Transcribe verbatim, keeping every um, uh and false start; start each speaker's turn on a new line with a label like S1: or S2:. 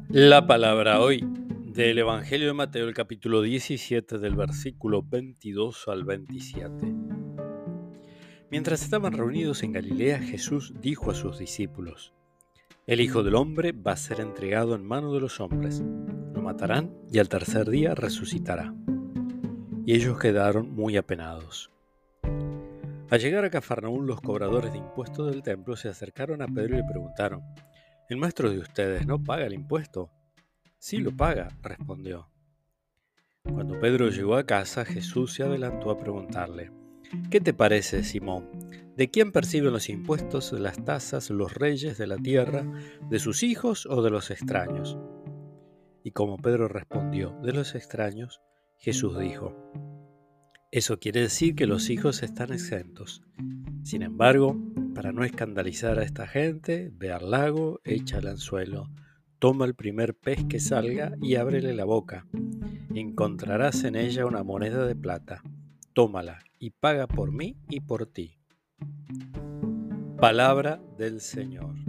S1: La palabra hoy del Evangelio de Mateo, el capítulo diecisiete, del versículo veintidós al veintisiete. Mientras estaban reunidos en Galilea, Jesús dijo a sus discípulos: El Hijo del Hombre va a ser entregado en manos de los hombres, lo matarán y al tercer día resucitará. Y ellos quedaron muy apenados. Al llegar a Cafarnaúm, los cobradores de impuestos del templo se acercaron a Pedro y le preguntaron: ¿El maestro de ustedes no paga el impuesto? Sí lo paga, respondió. Cuando Pedro llegó a casa, Jesús se adelantó a preguntarle: ¿Qué te parece, Simón? ¿De quién perciben los impuestos, las tasas, los reyes de la tierra? ¿De sus hijos o de los extraños? Y como Pedro respondió: de los extraños, Jesús dijo: Eso quiere decir que los hijos están exentos. Sin embargo, para no escandalizar a esta gente, ve al lago, echa el anzuelo, toma el primer pez que salga y ábrele la boca. Encontrarás en ella una moneda de plata. Tómala y paga por mí y por ti. Palabra del Señor.